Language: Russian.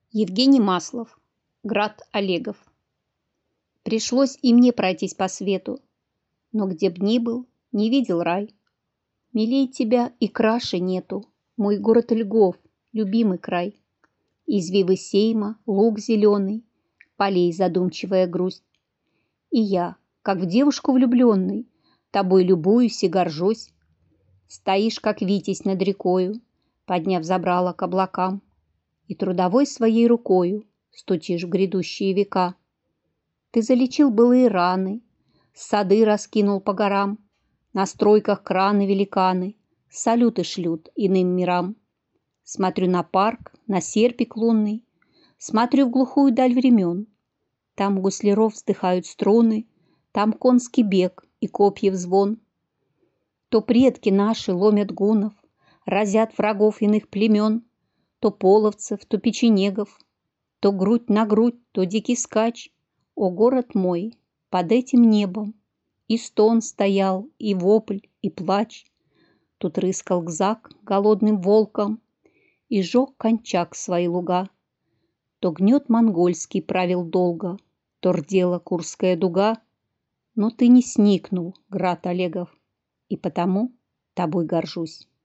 Евгений Маслов. Град Олегов. Пришлось и мне пройтись по свету, но где б ни был, не видел рай. Милей тебя и краше нету, мой город Льгов, любимый край. Извивы сейма, луг зеленый, полей задумчивая грусть. И я, как в девушку влюбленный, тобой любуюсь и горжусь. Стоишь, как Витязь над рекою, подняв забрало к облакам, и трудовой своей рукою стучишь в грядущие века. Ты залечил былые раны, сады раскинул по горам, на стройках краны-великаны салюты шлют иным мирам. Смотрю на парк, на серпик лунный, смотрю в глухую даль времен. Там гусляров вздыхают струны, там конский бег и копьев звон. То предки наши ломят гунов, разят врагов иных племен, то половцев, то печенегов, то грудь на грудь, то дикий скач. О, город мой, под этим небом и стон стоял, и вопль, и плач. Тут рыскал Гзак голодным волком и жег кончак свои луга. То гнет монгольский правил долго, то рдела Курская дуга. Но ты не сникнул, град Олегов, и потому тобой горжусь.